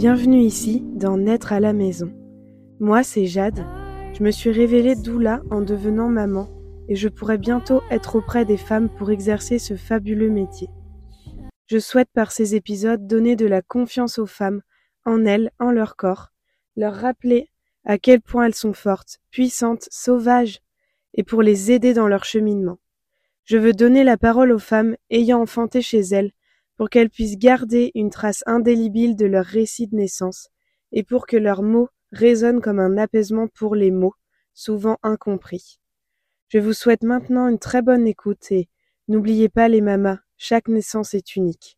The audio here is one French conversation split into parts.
Bienvenue ici, dans Naître à la maison. Moi, c'est Jade. Je me suis révélée doula en devenant maman et je pourrai bientôt être auprès des femmes pour exercer ce fabuleux métier. Je souhaite par ces épisodes donner de la confiance aux femmes, en elles, en leur corps, leur rappeler à quel point elles sont fortes, puissantes, sauvages, et pour les aider dans leur cheminement. Je veux donner la parole aux femmes ayant enfanté chez elles, pour qu'elles puissent garder une trace indélébile de leur récit de naissance, et pour que leurs mots résonnent comme un apaisement pour les mots, souvent incompris. Je vous souhaite maintenant une très bonne écoute et n'oubliez pas les mamas, chaque naissance est unique.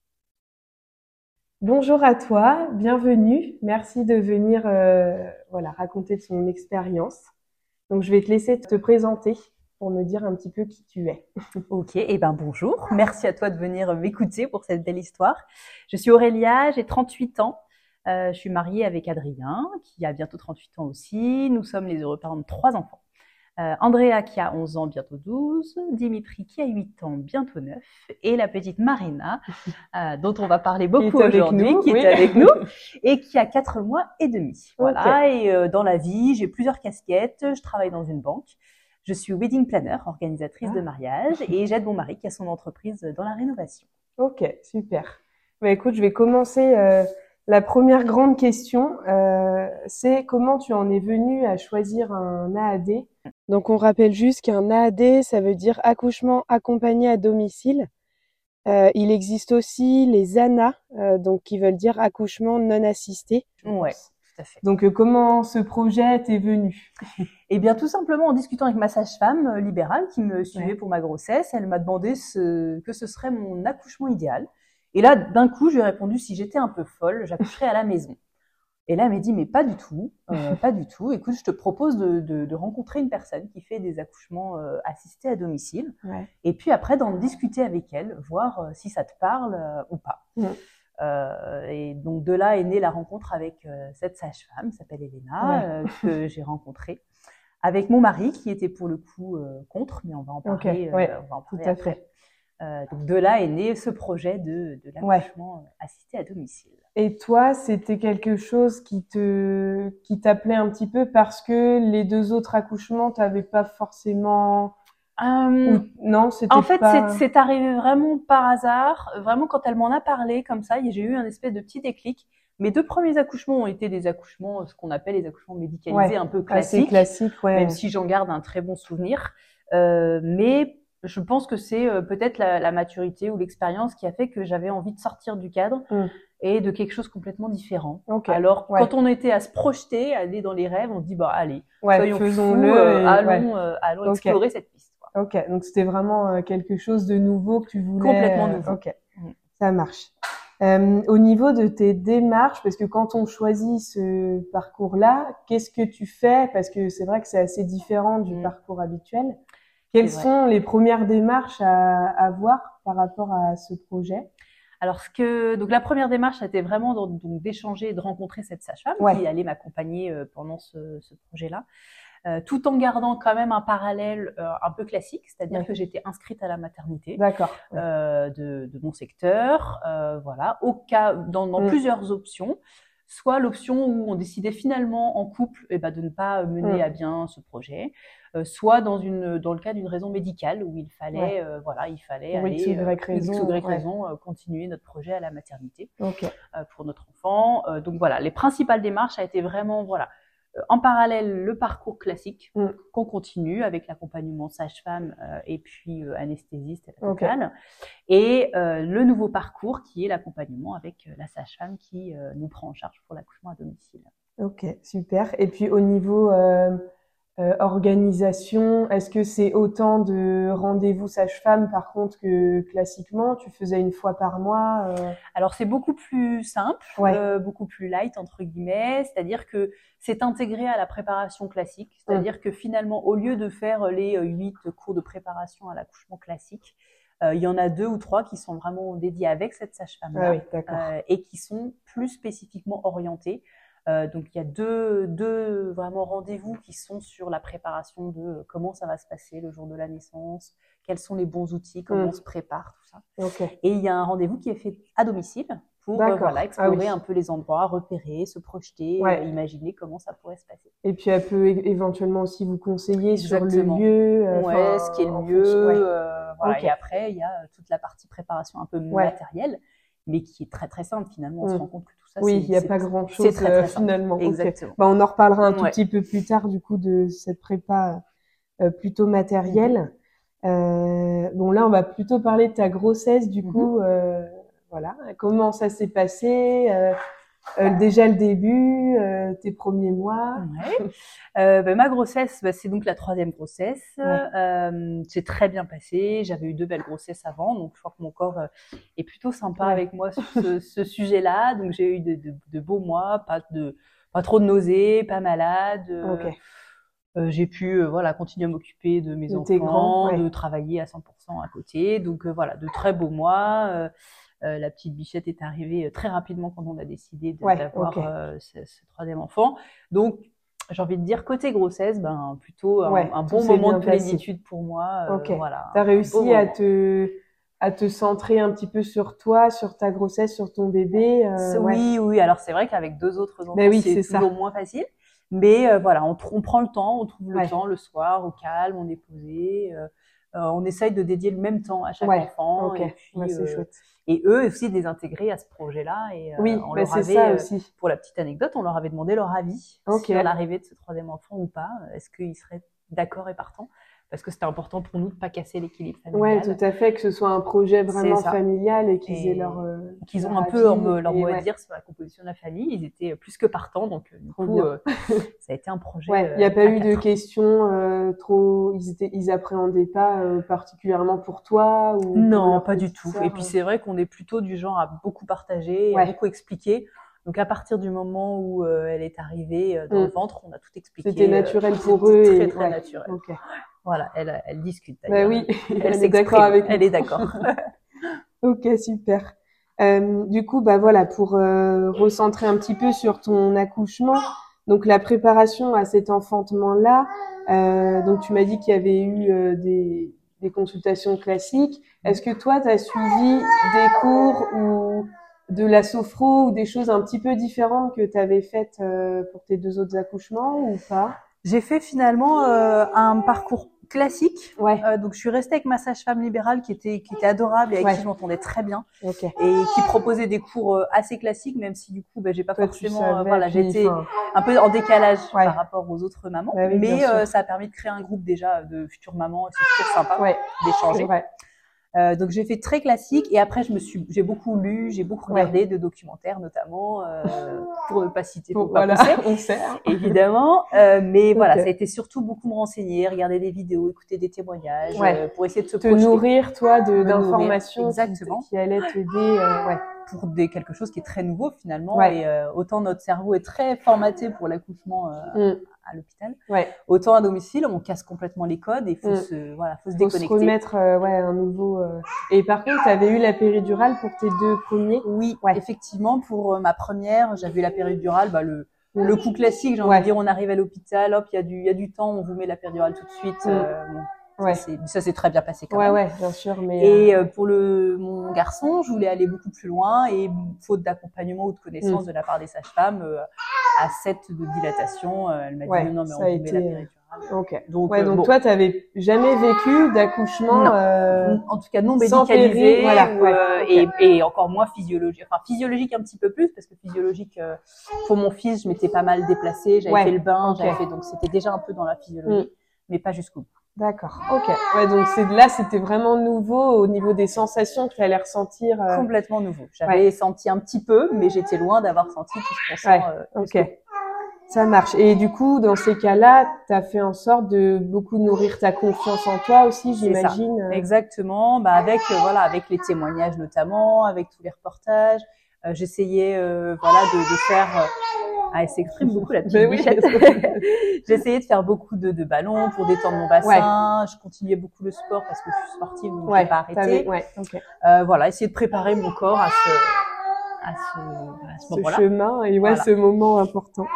Bonjour à toi, bienvenue, merci de venir raconter ton expérience. Donc je vais te laisser te présenter pour me dire un petit peu qui tu es. Ok, et bonjour, merci à toi de venir m'écouter pour cette belle histoire. Je suis Aurélia, j'ai 38 ans, je suis mariée avec Adrien qui a bientôt 38 ans aussi. Nous sommes les heureux parents de 3 enfants. Andrea qui a 11 ans, bientôt 12, Dimitri qui a 8 ans, bientôt 9, et la petite Marina, dont on va parler beaucoup aujourd'hui, qui est avec nous, et qui a 4 mois et demi. Voilà, okay. Et dans la vie, j'ai plusieurs casquettes, je travaille dans une banque, je suis wedding planner, organisatrice de mariage, et j'aide mon mari qui a son entreprise dans la rénovation. Ok, super. Écoute, je vais commencer... La première grande question, c'est comment tu en es venue à choisir un AAD. Donc on rappelle juste qu'un AAD, ça veut dire accouchement accompagné à domicile. Il existe aussi les ANA, donc qui veulent dire accouchement non assisté. Ouais, tout à fait. Donc comment ce projet t'est venu? Eh bien tout simplement en discutant avec ma sage-femme libérale qui me suivait pour ma grossesse, elle m'a demandé que ce serait mon accouchement idéal. Et là, d'un coup, je lui ai répondu, si j'étais un peu folle, j'accoucherais à la maison. Et là, elle m'a dit, mais pas du tout, pas du tout. Écoute, je te propose de rencontrer une personne qui fait des accouchements assistés à domicile. Ouais. Et puis après, d'en discuter avec elle, voir si ça te parle ou pas. Et donc, de là est née la rencontre avec cette sage-femme, qui s'appelle Elena, que j'ai rencontrée. Avec mon mari, qui était pour le coup contre, mais on va en parler, on va en parler après. Donc de là est né ce projet de l'accouchement assisté à domicile. Et toi, c'était quelque chose qui t'appelait un petit peu parce que les 2 autres accouchements, t'avais pas forcément... Non, c'était en fait, pas... c'est arrivé vraiment par hasard. Vraiment, quand elle m'en a parlé comme ça, j'ai eu un espèce de petit déclic. Mes 2 premiers accouchements ont été des accouchements, ce qu'on appelle les accouchements médicalisés, un peu classiques. Même si j'en garde un très bon souvenir. Mais je pense que c'est peut-être la maturité ou l'expérience qui a fait que j'avais envie de sortir du cadre et de quelque chose complètement différent. Alors, quand on était à se projeter, à aller dans les rêves, on se dit, allez, soyons fous, allons explorer cette piste. Quoi. Ok, donc c'était vraiment quelque chose de nouveau que tu voulais... Complètement nouveau. Ok, ça marche. Au niveau de tes démarches, parce que quand on choisit ce parcours-là, qu'est-ce que tu fais? Parce que c'est vrai que c'est assez différent du parcours habituel. Quelles sont les premières démarches à avoir par rapport à ce projet? Alors, donc la première démarche, c'était vraiment donc d'échanger et de rencontrer cette sage-femme qui allait m'accompagner pendant ce projet-là, tout en gardant quand même un parallèle un peu classique, c'est-à-dire que j'étais inscrite à la maternité de mon secteur, voilà, au cas dans plusieurs options. Soit l'option où on décidait finalement en couple de ne pas mener à bien ce projet, soit dans le cas d'une raison médicale où il fallait il fallait aller X ou Y raison, continuer notre projet à la maternité pour notre enfant. Donc voilà, les principales démarches a été vraiment en parallèle le parcours classique qu'on continue avec l'accompagnement sage-femme et puis anesthésiste à l'hôpital et le nouveau parcours qui est l'accompagnement avec la sage-femme qui nous prend en charge pour l'accouchement à domicile. Ok, super. Et puis au niveau organisation, est-ce que c'est autant de rendez-vous sage-femme par contre que classiquement? Tu faisais une fois par mois Alors c'est beaucoup plus simple, beaucoup plus light entre guillemets, c'est-à-dire que c'est intégré à la préparation classique, c'est-à-dire que finalement au lieu de faire les 8 cours de préparation à l'accouchement classique, il y en a 2 ou 3 qui sont vraiment dédiés avec cette sage-femme-là et qui sont plus spécifiquement orientés. Donc il y a deux vraiment rendez-vous qui sont sur la préparation de comment ça va se passer le jour de la naissance, quels sont les bons outils, comment on se prépare, tout ça. Et il y a un rendez-vous qui est fait à domicile pour D'accord. explorer Ah un peu les endroits, repérer, se projeter, Ouais. imaginer comment ça pourrait se passer. Et puis elle peut éventuellement aussi vous conseiller sur le Exactement. lieu, Ouais, ce qui est le en mieux, fonction. Ouais. voilà. Ok. Et après, il y a toute la partie préparation un peu Ouais. matérielle, mais qui est très très simple finalement. On se rend compte que tout ça, Oui, il n'y a c'est pas c'est grand-chose très très simple. finalement. Ok. Exactement. Bah, on en reparlera un tout Ouais. petit peu plus tard du coup de cette prépa plutôt matérielle. Bon là, on va plutôt parler de ta grossesse du coup. Voilà, comment ça s'est passé déjà le début, tes premiers mois. Ouais. Ma grossesse, c'est donc la 3e grossesse. Ouais. C'est très bien passé. J'avais eu 2 belles grossesses avant, donc je crois que mon corps est plutôt sympa Ouais. avec moi sur ce sujet-là. Donc j'ai eu de beaux mois, pas trop de nausées, pas malade. Ok. J'ai pu continuer à m'occuper de mes De tes grands, enfants, ouais. de travailler à 100% à côté. Donc voilà, de très beaux mois. La petite bichette est arrivée très rapidement quand on a décidé d'avoir ce 3e enfant. Donc j'ai envie de dire côté grossesse, plutôt un bon moment de plénitude pour moi. Voilà. T'as réussi à te centrer un petit peu sur toi, sur ta grossesse, sur ton bébé. Oui. Alors c'est vrai qu'avec 2 autres enfants, oui, c'est toujours moins facile. Mais voilà, on prend le temps, on trouve le temps le soir au calme, on est posé. On essaye de dédier le même temps à chaque enfant. Ok. Et puis, c'est chouette. Et eux aussi de les intégrer à ce projet-là. Et on leur c'est avait, ça aussi. pour la petite anecdote, on leur avait demandé leur avis sur l'arrivée de ce 3e enfant ou pas. Est-ce qu'ils seraient d'accord et partants? Parce que c'était important pour nous de pas casser l'équilibre familial. Ouais, tout à fait, que ce soit un projet vraiment familial et qu'ils aient qu'ils ont un peu leur mot à dire sur la composition de la famille. Ils étaient plus que partants, donc du coup, ça a été un projet. Il n'y a pas eu de questions trop. Ils appréhendaient pas particulièrement pour toi ou non, pas du tout. Et puis c'est vrai qu'on est plutôt du genre à beaucoup partager, à beaucoup expliquer. Donc à partir du moment où elle est arrivée dans le ventre, on a tout expliqué. C'était naturel pour eux. Très très naturel. Okay. Voilà, elle discute d'ailleurs. Oui, elle est d'accord avec elle est d'accord. Ok, super. Du coup, voilà, pour recentrer un petit peu sur ton accouchement, donc la préparation à cet enfantement-là, donc tu m'as dit qu'il y avait eu des consultations classiques. Est-ce que toi, tu as suivi des cours ou de la sophro ou des choses un petit peu différentes que tu avais faites pour tes 2 autres accouchements ou pas? J'ai fait finalement un parcours classique. Donc je suis restée avec ma sage-femme libérale qui était adorable et avec qui je m'entendais très bien et qui proposait des cours assez classiques, même si du coup j'ai pas forcément j'étais un peu en décalage par rapport aux autres mamans, mais ça a permis de créer un groupe déjà de futures mamans. C'est toujours sympa d'échanger. Donc j'ai fait très classique et après j'ai beaucoup lu, j'ai beaucoup regardé de documentaires notamment pour ne pas citer, pour pas pousser, évidemment. Mais voilà, ça a été surtout beaucoup me renseigner, regarder des vidéos, écouter des témoignages pour essayer de se projeter. Te nourrir toi d'informations qui allaient t'aider pour quelque chose qui est très nouveau finalement. Et autant notre cerveau est très formaté pour l'accouchement à l'hôpital, autant à domicile on casse complètement les codes et il faut se déconnecter. Faut se remettre un nouveau. Et par contre, tu avais eu la péridurale pour tes 2 premiers? Oui, effectivement, pour ma première, j'avais eu la péridurale, le coup classique, j'ai envie de dire, on arrive à l'hôpital, hop, il y a du temps, on vous met la péridurale tout de suite. Ça s'est très bien passé quand même. Ouais, bien sûr. Mais et pour mon garçon, je voulais aller beaucoup plus loin et faute d'accompagnement ou de connaissance de la part des sages-femmes, à 7 de dilatation, elle m'a dit non, mais on vous met la péridurale. Donc toi, tu n'avais jamais vécu d'accouchement en tout cas non médicalisé et encore moins physiologique. Enfin physiologique un petit peu plus parce que physiologique pour mon fils, je m'étais pas mal déplacée, j'avais fait le bain, donc c'était déjà un peu dans la physiologie, mais pas jusqu'au bout. D'accord. Ok. Donc c'était vraiment nouveau au niveau des sensations que tu allais ressentir. Complètement nouveau. J'avais senti un petit peu, mais j'étais loin d'avoir senti tout ce qu'on sent. Ça marche. Et du coup, dans ces cas-là, tu as fait en sorte de beaucoup nourrir ta confiance en toi aussi, j'imagine. Exactement. Avec les témoignages notamment, avec tous les reportages. J'essayais de faire elle s'exprime beaucoup la petite bichette. J'essayais de faire beaucoup de ballons pour détendre mon bassin. Je continuais beaucoup le sport parce que je suis sportive, donc je n'ai pas arrêté. Essayer de préparer mon corps à ce moment-là. Chemin et ce moment important.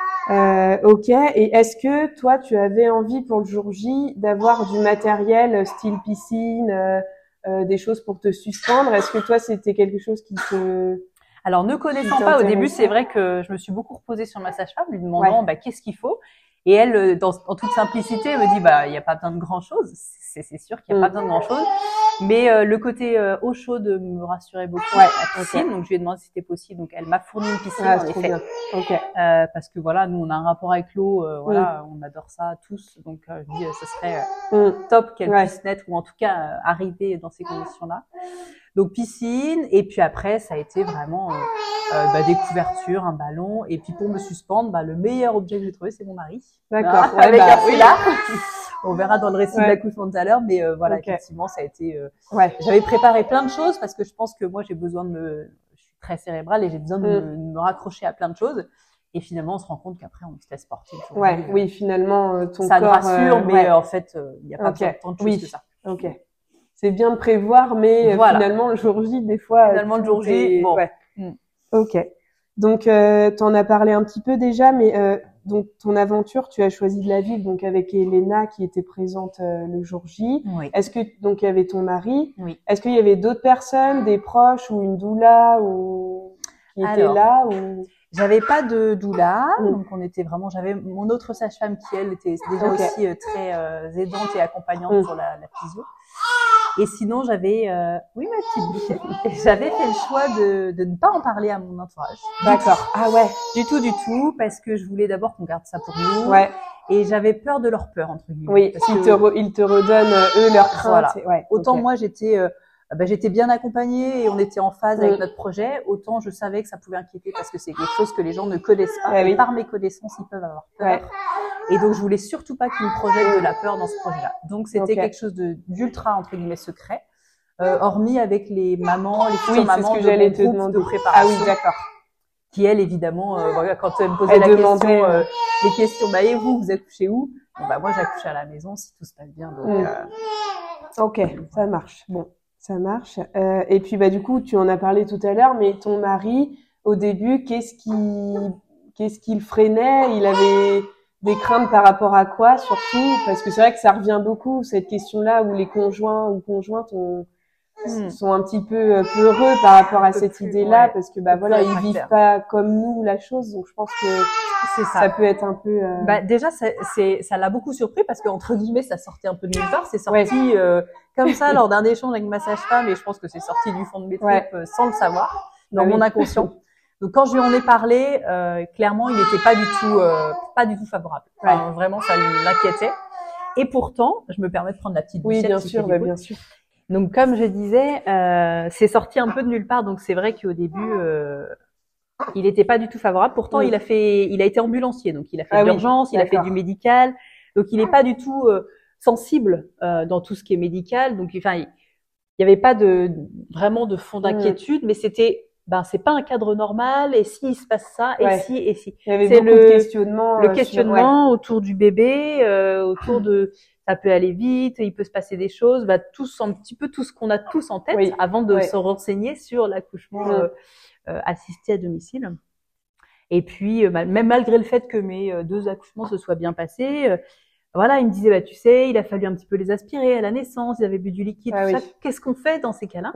Et est-ce que toi, tu avais envie pour le jour J d'avoir du matériel style piscine, des choses pour te suspendre? Est-ce que toi, c'était quelque chose qui te... Alors, ne connaissant pas, au début, c'est vrai que je me suis beaucoup reposée sur ma sage-femme, lui demandant qu'est-ce qu'il faut. Et elle, en toute simplicité, me dit il n'y a pas besoin de grand-chose. C'est sûr qu'il n'y a pas besoin de grand-chose. Mais le côté eau chaude me rassurait beaucoup la piscine. Donc, je lui ai demandé si c'était possible. Donc, elle m'a fourni une piscine, en effet. Parce que voilà, nous, on a un rapport avec l'eau. Voilà, on adore ça tous. Donc, je dis, ce serait top qu'elle puisse naître ou en tout cas arriver dans ces conditions-là. Donc piscine, et puis après ça a été vraiment des couvertures, un ballon, et puis pour me suspendre, le meilleur objet que j'ai trouvé c'est mon mari. D'accord. Avec un foulard. On verra dans le récit de l'accouchement tout à l'heure, mais voilà, effectivement ça a été. J'avais préparé plein de choses parce que je pense que moi j'ai besoin je suis très cérébrale et j'ai besoin de me raccrocher à plein de choses. Et finalement, on se rend compte qu'après, on se laisse porter. Oui, finalement, ton ça corps... Ça rassure, mais en fait, il n'y a pas tant de choses que ça. Ok. C'est bien de prévoir, mais finalement, le jour J, des fois... Finalement, le jour J, bon. Ok. Donc, t'en as parlé un petit peu déjà, mais donc ton aventure, tu as choisi de la vivre donc avec Elena qui était présente le jour J. Oui. Est-ce que donc il y avait ton mari? Oui. Est-ce qu'il y avait d'autres personnes, des proches ou une doula qui était là ou... J'avais pas de doula, donc on était vraiment. J'avais mon autre sage-femme qui elle était déjà aussi très aidante et accompagnante pour la physio. Et sinon j'avais, oui ma petite bichette, j'avais fait le choix de ne pas en parler à mon entourage. D'accord. Ah ouais. Du tout, parce que je voulais d'abord qu'on garde ça pour nous. Ouais. Et j'avais peur de leur peur entre guillemets. Oui. Parce qu'ils te redonnent eux leur crainte. Voilà. Autant moi j'étais bien accompagnée et on était en phase avec notre projet, autant je savais que ça pouvait inquiéter parce que c'est quelque chose que les gens ne connaissent pas. Et par mes connaissances, ils peuvent avoir peur. Et donc, je voulais surtout pas qu'ils me projettent de la peur dans ce projet-là. Donc, c'était quelque chose d'ultra, entre guillemets, secret, hormis avec les mamans, les futures mamans de mon groupe de préparation. Ah oui, d'accord. Qui, elles, évidemment, quand elles me posaient la question, les questions, et vous accouchez où? Moi, j'accouche à la maison si tout se passe bien. Donc, ok, ça marche. Bon. Ça marche. Et puis, du coup, tu en as parlé tout à l'heure, mais ton mari, au début, qu'est-ce qui le freinait? Il avait des craintes par rapport à quoi, surtout? Parce que c'est vrai que ça revient beaucoup, cette question-là, où les conjoints ou conjointes sont un petit peu peureux par rapport à cette idée-là, parce que, ils vivent pas comme nous la chose. Donc, je pense que ça peut être un peu... déjà, ça l'a beaucoup surpris parce qu'entre guillemets, ça sortait un peu de nulle part. C'est sorti comme ça lors d'un échange avec ma sage-femme et je pense que c'est sorti du fond de mes tripes sans le savoir, dans mon inconscient. Donc, quand je lui en ai parlé, clairement, il n'était pas du tout favorable. Enfin, vraiment, ça l'inquiétait. Et pourtant, je me permets de prendre la petite bichette. Oui, bien sûr. Donc, comme je disais, c'est sorti un peu de nulle part. Donc, c'est vrai qu'au début, il n'était pas du tout favorable. Pourtant, il a été ambulancier. Donc, il a fait de l'urgence, il a fait du médical. Donc, il n'est pas du tout sensible dans tout ce qui est médical. Donc, il n'y avait pas vraiment de fond d'inquiétude, mais c'était, c'est pas un cadre normal. Et s'il se passe ça, et si. Il y avait beaucoup de questionnements. Le questionnement autour du bébé, autour de, ça peut aller vite, il peut se passer des choses, un petit peu tout ce qu'on a tous en tête avant de se renseigner sur l'accouchement assisté à domicile. Et puis, même malgré le fait que mes 2 accouchements se soient bien passés, il me disait, tu sais, il a fallu un petit peu les aspirer à la naissance, ils avaient bu du liquide, tout ça. Qu'est-ce qu'on fait dans ces cas-là?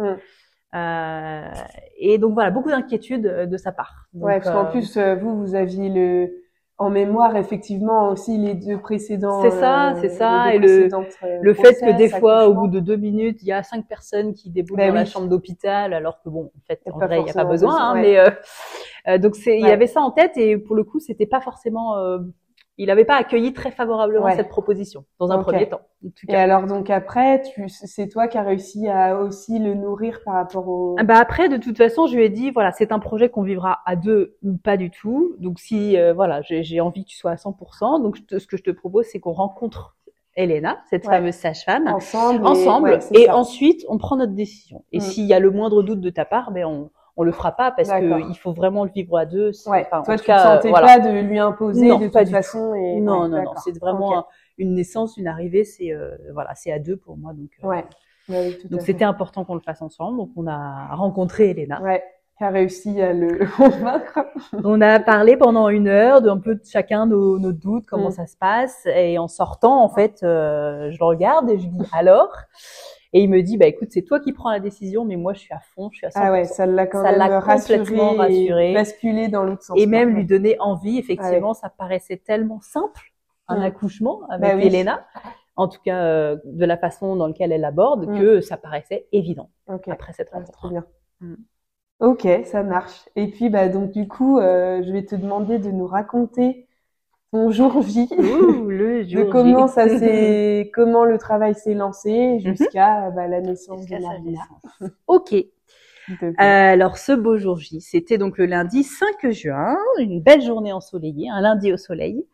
Et donc voilà, beaucoup d'inquiétude de sa part. Donc, parce qu'en plus, vous aviez en mémoire effectivement aussi les 2 précédents. C'est ça. Et le fait que des fois, au bout de 2 minutes, il y a 5 personnes qui déboulent dans la chambre d'hôpital, alors que en fait, en vrai, il n'y a pas besoin, mais donc il y avait ça en tête et pour le coup, c'était pas forcément. Il n'avait pas accueilli très favorablement cette proposition dans un premier temps. En tout cas. Et alors donc après, c'est toi qui as réussi à aussi le nourrir par rapport au... Après, de toute façon, je lui ai dit, c'est un projet qu'on vivra à 2 ou pas du tout. Donc si, j'ai envie que tu sois à 100%. Donc ce que je te propose, c'est qu'on rencontre Elena, cette fameuse sage-femme, ensemble. Et ensuite, on prend notre décision. Et s'il y a le moindre doute de ta part, on le fera pas parce que il faut vraiment le vivre à 2. Toi, tu te sentais pas de lui imposer de toute façon. Non. C'est vraiment une naissance, une arrivée. C'est c'est à 2 pour moi. Donc c'était important qu'on le fasse ensemble. Donc on a rencontré Elena. Qui a réussi à le convaincre. On a parlé pendant 1 heure d'un peu de chacun nos doutes, comment ça se passe. Et en sortant, en fait, je le regarde et je dis alors. Et il me dit, bah écoute, c'est toi qui prends la décision, mais moi je suis à fond, je suis à 100%. Ah ouais, ça l'a quand Ça même l'a complètement rassuré. et basculé dans l'autre sens. Et même lui donner envie. Effectivement, ça paraissait tellement simple, un accouchement avec Elena. En tout cas, de la façon dans laquelle elle l'aborde, que ça paraissait évident après cette rencontre. Trop bien. Ok, ça marche. Et puis, bah, donc, du coup, je vais te demander de nous raconter ton jour J. Le jour de comment le travail s'est lancé jusqu'à la naissance de Marina. Ok. Alors, ce beau jour J, c'était donc le lundi 5 juin, une belle journée ensoleillée, un lundi au soleil.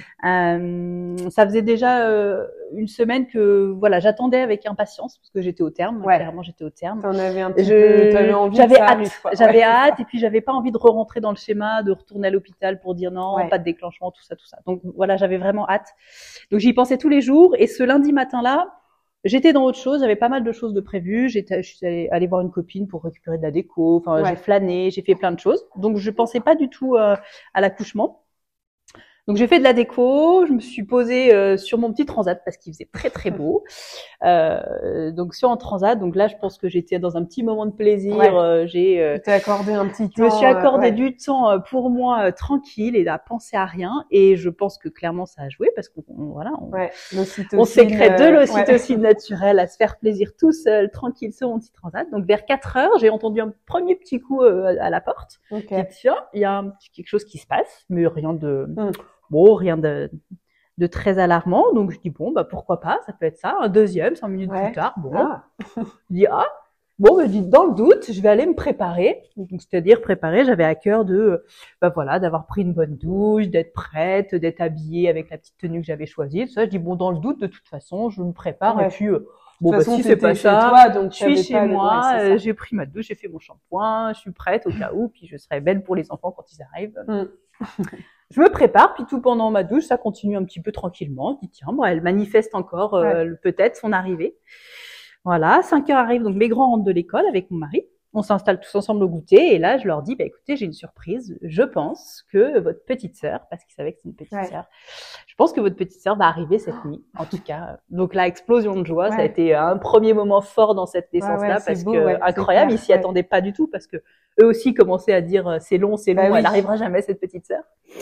Ça faisait déjà une semaine que voilà, j'attendais avec impatience parce que j'étais au terme. Clairement, j'étais au terme. T'en avais un petit peu, t'avais envie. J'avais hâte, et puis j'avais pas envie de re-rentrer dans le schéma, de retourner à l'hôpital pour dire non, pas de déclenchement, tout ça. Donc voilà, j'avais vraiment hâte. Donc j'y pensais tous les jours, et ce lundi matin-là, j'étais dans autre chose, j'avais pas mal de choses de prévues. Je suis allée voir une copine pour récupérer de la déco. Enfin, j'ai flâné, j'ai fait plein de choses. Donc, je pensais pas du tout à l'accouchement. Donc, j'ai fait de la déco. Je me suis posée sur mon petit transat parce qu'il faisait très très beau. Donc, sur un transat. Donc là, je pense que j'étais dans un petit moment de plaisir. Tu t'es accordé un petit temps. Je me suis accordé du temps pour moi tranquille et à penser à rien. Et je pense que clairement, ça a joué parce qu'on on sécrète de l'ocytocine naturelle à se faire plaisir tout seul, tranquille sur mon petit transat. Donc, vers 4 heures, j'ai entendu un premier petit coup à la porte. Tiens, il y a quelque chose qui se passe, mais rien de rien de très alarmant. Donc, je dis, bon, bah, pourquoi pas, ça peut être ça. Un deuxième, 5 minutes plus tard, je dis, dans le doute, je vais aller me préparer. Donc, c'est-à-dire préparer, j'avais à cœur d'avoir pris une bonne douche, d'être prête, d'être habillée avec la petite tenue que j'avais choisie. Tout ça, je dis, bon, dans le doute, de toute façon, je me prépare. Et puis, si c'est pas ça, je suis chez moi, j'ai pris ma douche, j'ai fait mon shampoing, je suis prête au cas où, puis je serai belle pour les enfants quand ils arrivent. Je me prépare, puis tout pendant ma douche, ça continue un petit peu tranquillement. Je dis, tiens, elle manifeste encore peut-être son arrivée. Voilà, 5 heures arrivent, donc mes grands rentrent de l'école avec mon mari. On s'installe tous ensemble au goûter, et là, je leur dis, écoutez, j'ai une surprise. Je pense que votre petite sœur, parce qu'ils savaient que c'est une petite sœur, je pense que votre petite sœur va arriver cette nuit, en tout cas. Donc là, explosion de joie, ça a été un premier moment fort dans cette naissance-là, parce que incroyable, ils s'y attendaient pas du tout, parce que eux aussi commençaient à dire, c'est long, elle n'arrivera jamais, cette petite sœur.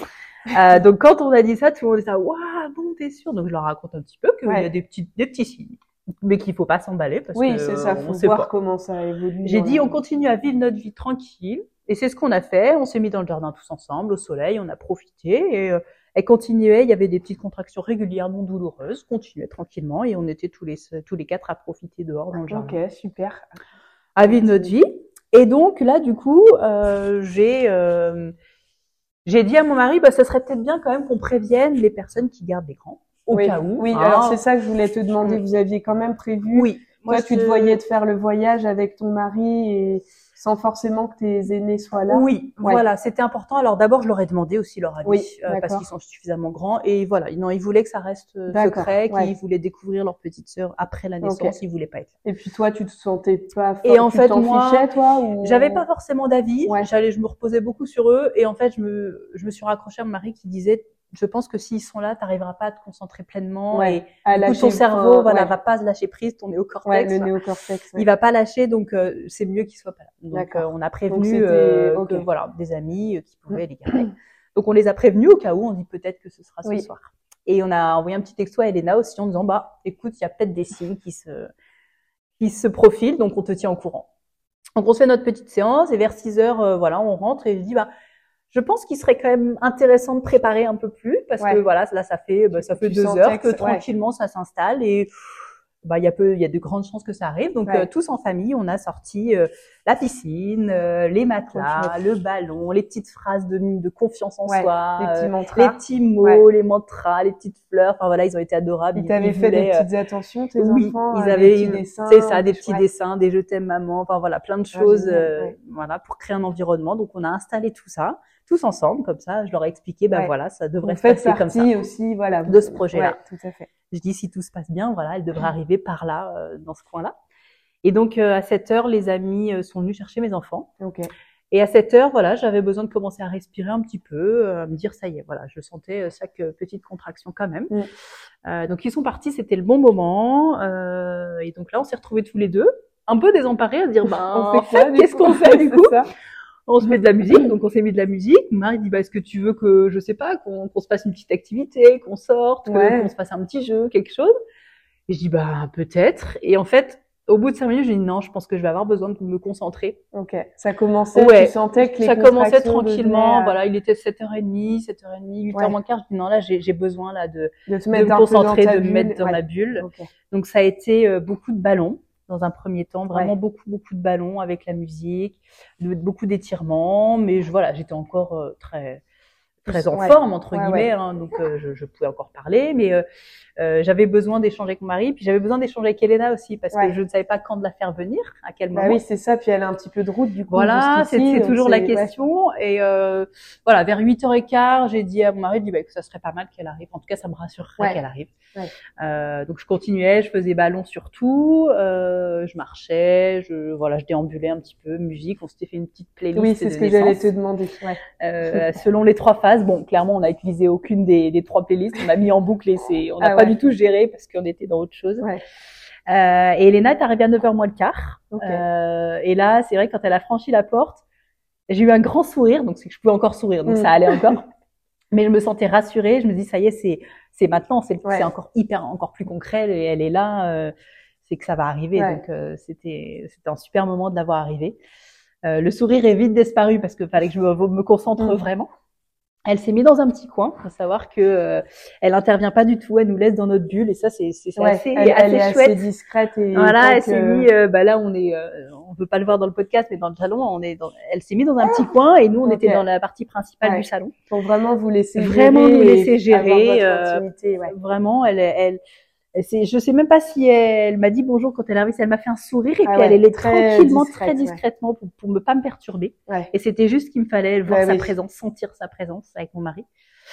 Donc quand on a dit ça, tout le monde dit ça, waouh, bon, t'es sûre? Donc je leur raconte un petit peu qu'il y a des petits signes, mais qu'il faut pas s'emballer parce que c'est ça, faut voir comment ça évolue. J'ai dit, on continue à vivre notre vie tranquille, et c'est ce qu'on a fait. On s'est mis dans le jardin tous ensemble, au soleil, on a profité, et elle continuait. Il y avait des petites contractions régulièrement douloureuses, continuait tranquillement, et on était tous les 4 à profiter dehors dans le jardin. Ok, super. À vivre notre vie. Et donc là, du coup, j'ai dit à mon mari, ça serait peut-être bien quand même qu'on prévienne les personnes qui gardent l'écran. Au cas où. Oui, alors c'est ça que je voulais te demander. Vous aviez quand même prévu. Oui. Toi, tu te voyais de faire le voyage avec ton mari et sans forcément que tes aînés soient là. Oui, voilà, c'était important. Alors d'abord, je leur ai demandé aussi leur avis parce qu'ils sont suffisamment grands, et voilà, ils voulaient que ça reste secret, qu'ils voulaient découvrir leur petite sœur après la naissance, ils voulaient pas être là. Et puis toi, tu te sentais pas et en fait, moi, fichais, toi, ou... j'avais pas forcément d'avis. Je me reposais beaucoup sur eux, et en fait, je me suis raccrochée à mon mari qui disait, je pense que s'ils sont là, t'arriveras pas à te concentrer pleinement, et du coup, ton cerveau, va pas se lâcher prise, ton néocortex. Le néocortex. Il va pas lâcher, donc c'est mieux qu'il soit pas là. Donc on a prévenu des amis qui pouvaient les garder. Donc on les a prévenus au cas où, on dit peut-être que ce sera ce soir. Et on a envoyé un petit texto à Elena aussi en disant, écoute, il y a peut-être des signes qui se profilent, donc on te tient au courant. Donc on se fait notre petite séance, et vers 6 heures, on rentre, et je dis, je pense qu'il serait quand même intéressant de préparer un peu plus, parce que là, ça fait 2 heures que tranquillement ça s'installe, et il y a de grandes chances que ça arrive. Donc tous en famille, on a sorti la piscine, les matelas, le ballon, les petites phrases de confiance en soi, les petits mots, les mantras, les petites fleurs. Enfin voilà, ils ont été adorables. Ils t'avaient fait des petites attentions, tes enfants. Ils avaient des petits dessins. C'est ça, des petits dessins, des je t'aime maman. Enfin voilà, plein de choses. Pour créer un environnement. Donc on a installé tout ça tous ensemble, comme ça. Je leur ai expliqué, ça devrait se passer comme ça. Aussi, de ce projet-là. Tout à fait. Je dis, si tout se passe bien, elle devrait arriver par là, dans ce coin-là. Et donc, à 7 heures, les amis sont venus chercher mes enfants. Et à 7 heures, voilà, j'avais besoin de commencer à respirer un petit peu, à me dire ça y est, voilà, je sentais chaque petite contraction quand même. Donc ils sont partis, c'était le bon moment. Et donc là, on s'est retrouvés tous les deux, un peu désemparés, à dire on fait quoi, qu'est-ce qu'on fait du coup? On se met de la musique, donc on s'est mis de la musique. Mon mari dit est-ce que tu veux que, je sais pas, qu'on se fasse une petite activité, qu'on sorte, qu'on se fasse un petit jeu, quelque chose. Et je dis peut-être. Et en fait, au bout de 5 minutes, j'ai dit non, je pense que je vais avoir besoin de me concentrer. Ok. Ça commençait, tu sentais que les ça commençait tranquillement. Voilà, il était 7h30, 7h30, 8h moins quart. Je dis non, là, j'ai besoin là de me concentrer, de me mettre dans ma bulle. Okay. Donc ça a été beaucoup de ballons dans un premier temps, vraiment beaucoup de ballons avec la musique, beaucoup d'étirements. Mais j'étais encore très en forme entre guillemets, hein, donc je pouvais encore parler, mais j'avais besoin d'échanger avec mon mari, puis j'avais besoin d'échanger avec Elena aussi parce que je ne savais pas quand de la faire venir, à quel moment. Oui, c'est ça, puis elle a un petit peu de route du coup. Voilà, c'est toujours la question. Et voilà, vers 8h15, j'ai dit à mon mari, que ça serait pas mal qu'elle arrive. En tout cas, ça me rassurerait qu'elle arrive. Donc je continuais, je faisais ballon surtout, je marchais, je déambulais un petit peu, musique. On s'était fait une petite playlist. Oui, c'est ce que j'allais te demander. Selon les 3 phases. Bon, clairement, on n'a utilisé aucune des 3 playlists. On a mis en boucle et on n'a pas du tout géré parce qu'on était dans autre chose. Et Elena est arrivée à 9h moins le quart. Et là, c'est vrai, quand elle a franchi la porte, j'ai eu un grand sourire. Donc, c'est que je pouvais encore sourire. Donc, ça allait encore. Mais je me sentais rassurée. Je me dis, ça y est, c'est maintenant. C'est encore plus concret. Et elle est là. C'est que ça va arriver. Donc, c'était un super moment de l'avoir arrivée. Le sourire est vite disparu parce que fallait que je me concentre vraiment. Elle s'est mise dans un petit coin. Faut savoir que elle intervient pas du tout. Elle nous laisse dans notre bulle et ça c'est assez elle est chouette. Assez discrète et voilà. Elle s'est mise. Là on peut pas le voir dans le podcast, mais dans le salon elle s'est mise dans un petit coin et nous on était dans la partie principale du salon. Pour vraiment vous laisser nous laisser gérer. Vraiment, je sais même pas si elle m'a dit bonjour quand elle est arrivée, elle m'a fait un sourire et puis elle allait tranquillement, très discrètement pour ne pas me perturber. Et c'était juste qu'il me fallait voir sa présence, sentir sa présence avec mon mari.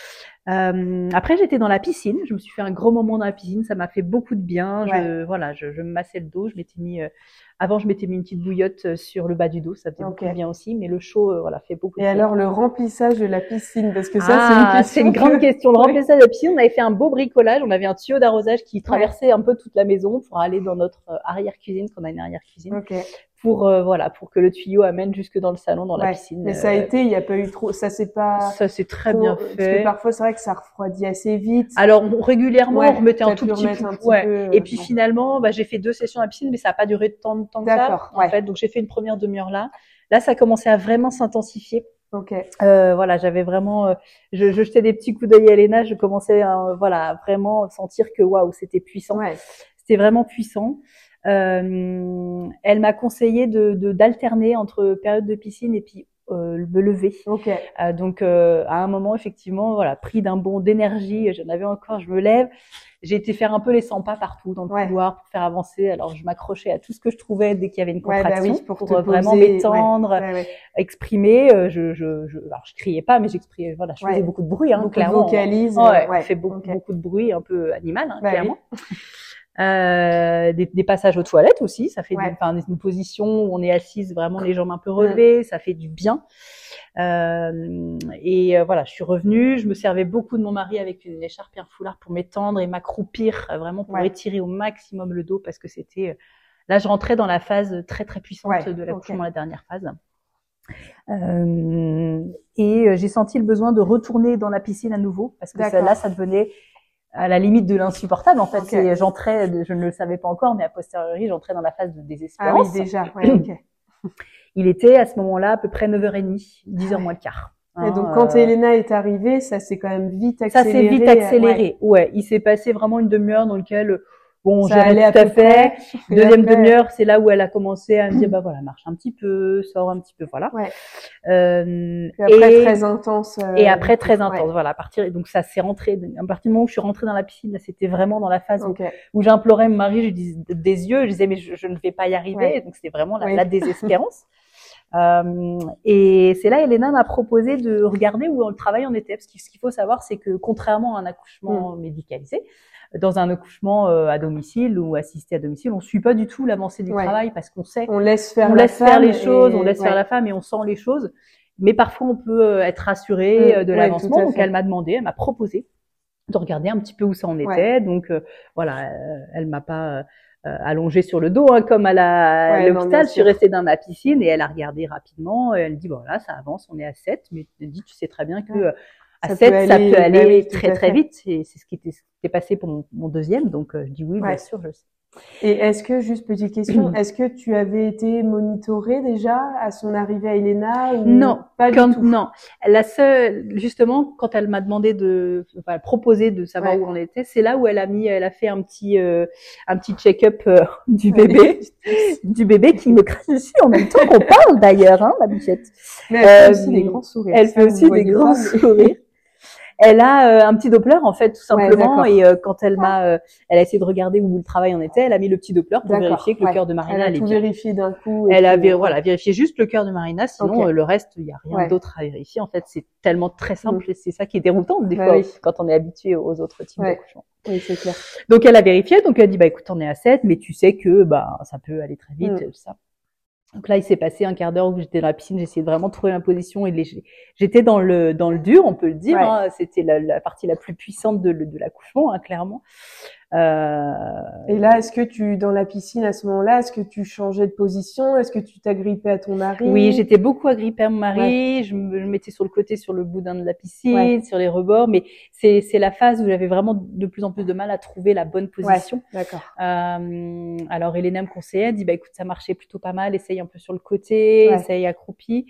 Après, j'étais dans la piscine. Je me suis fait un gros moment dans la piscine. Ça m'a fait beaucoup de bien. Je me massais le dos. Avant, je m'étais mis une petite bouillotte sur le bas du dos. Ça faisait beaucoup de bien aussi. Mais le chaud, fait beaucoup de bien. Et alors, le remplissage de la piscine, parce que ça, c'est une grande question. Le remplissage de la piscine, on avait fait un beau bricolage. On avait un tuyau d'arrosage qui traversait un peu toute la maison pour aller dans notre arrière-cuisine, qu'on a une arrière-cuisine. Pour que le tuyau amène jusque dans le salon, dans la piscine. Mais ça a été, il n'y a pas eu trop, ça s'est très bien fait. Parce que parfois, c'est vrai que ça refroidit assez vite. Alors, régulièrement, on remettait un tout petit peu. Et puis finalement, j'ai fait 2 sessions à la piscine, mais ça n'a pas duré tant de temps que ça. En fait, donc j'ai fait une première demi-heure là. Là, ça commençait à vraiment s'intensifier. J'avais vraiment, je jetais des petits coups d'œil à Elena, je commençais à vraiment sentir que waouh, c'était puissant. C'était vraiment puissant. Elle m'a conseillé d'alterner entre période de piscine et puis me lever. Donc à un moment effectivement, pris d'un bond d'énergie, j'en avais encore, je me lève. J'ai été faire un peu les 100 pas partout dans le couloir pour faire avancer. Alors je m'accrochais à tout ce que je trouvais dès qu'il y avait une contraction pour vraiment m'étendre, exprimer. Alors je criais pas, mais j'exprimais. Je faisais beaucoup de bruit, clairement. Vocalise. Fait beaucoup de bruit, un peu animal, clairement. Des passages aux toilettes aussi, ça fait une position où on est assise vraiment les jambes un peu relevées, ça fait du bien. Je suis revenue, je me servais beaucoup de mon mari avec une écharpe et un foulard pour m'étendre et m'accroupir vraiment pour étirer au maximum le dos parce que c'était là je rentrais dans la phase très très puissante de l'accouchement, la dernière phase. J'ai senti le besoin de retourner dans la piscine à nouveau parce que là ça devenait à la limite de l'insupportable en fait. J'entrais, je ne le savais pas encore, mais a posteriori j'entrais dans la phase de désespérance. Ah oui, déjà. Il était à ce moment-là à peu près 9h30, 10h moins le quart. Et donc quand Elena est arrivée, ça s'est quand même vite accéléré. Ça s'est vite accéléré. Il s'est passé vraiment une demi-heure dans laquelle j'allais tout à fait. Deuxième demi-heure, c'est là où elle a commencé à me dire marche un petit peu, sors un petit peu, voilà. Puis après très intense. Et après très intense, voilà. Donc ça s'est rentré. À partir du moment où je suis rentrée dans la piscine, là, c'était vraiment dans la phase où j'implorais mon mari, je disais des yeux, je disais mais je ne vais pas y arriver. Donc c'était vraiment la désespérance. Et c'est là, Elena m'a proposé de regarder où le travail en était. Parce que ce qu'il faut savoir, c'est que contrairement à un accouchement médicalisé, dans un accouchement à domicile ou assisté à domicile, on suit pas du tout l'avancée du travail parce qu'on sait, on laisse faire les choses, on laisse faire la femme et on sent les choses. Mais parfois, on peut être rassuré de l'avancement. Donc, elle m'a proposé de regarder un petit peu où ça en était. Donc, voilà, elle m'a pas allongée sur le dos comme à l'hôpital. Je suis restée dans ma piscine et elle a regardé rapidement. Et elle dit, bon, là, ça avance, on est à 7. Mais elle dit, tu sais très bien que à 7, ça peut aller très, très vite. Et c'est ce qui s'est passé pour mon deuxième. Donc, je dis oui, bien sûr, je sais. Et est-ce que, juste petite question, est-ce que tu avais été monitorée déjà à son arrivée à Elena ou non, pas du tout? Non. La seule, justement, quand elle m'a demandé proposé de savoir où on était, c'est là où elle a fait un petit check-up du bébé, qui me crache dessus en même temps qu'on parle d'ailleurs, hein, ma bichette. Mais elle fait aussi des grands sourires. Elle fait aussi des grands sourires. Elle a un petit Doppler en fait tout simplement et quand elle a essayé de regarder où le travail en était, elle a mis le petit Doppler pour vérifier que le cœur de Marina allait bien. Elle a tout vérifié d'un coup. Elle a vérifié juste le cœur de Marina, sinon le reste il y a rien d'autre à vérifier. En fait, c'est tellement très simple et c'est ça qui est déroutant des fois quand on est habitué aux autres types d'accouchement. Oui, c'est clair. Donc elle a vérifié, donc elle a dit écoute, on est à 7, mais tu sais que ça peut aller très vite tout ça. Donc là, il s'est passé un quart d'heure où j'étais dans la piscine, j'essayais de vraiment trouver ma position et j'étais dans le dur, on peut le dire. Hein, c'était la partie la plus puissante de l'accouchement, hein, clairement. Et là, est-ce que dans la piscine à ce moment-là, est-ce que tu changeais de position? Est-ce que tu t'agrippais à ton mari? Oui, j'étais beaucoup agrippée à mon mari. Je me mettais sur le côté, sur le boudin de la piscine, sur les rebords. Mais c'est la phase où j'avais vraiment de plus en plus de mal à trouver la bonne position. D'accord. Alors, Elena me conseillait, elle dit, écoute, ça marchait plutôt pas mal. Essaye un peu sur le côté, essaye accroupi.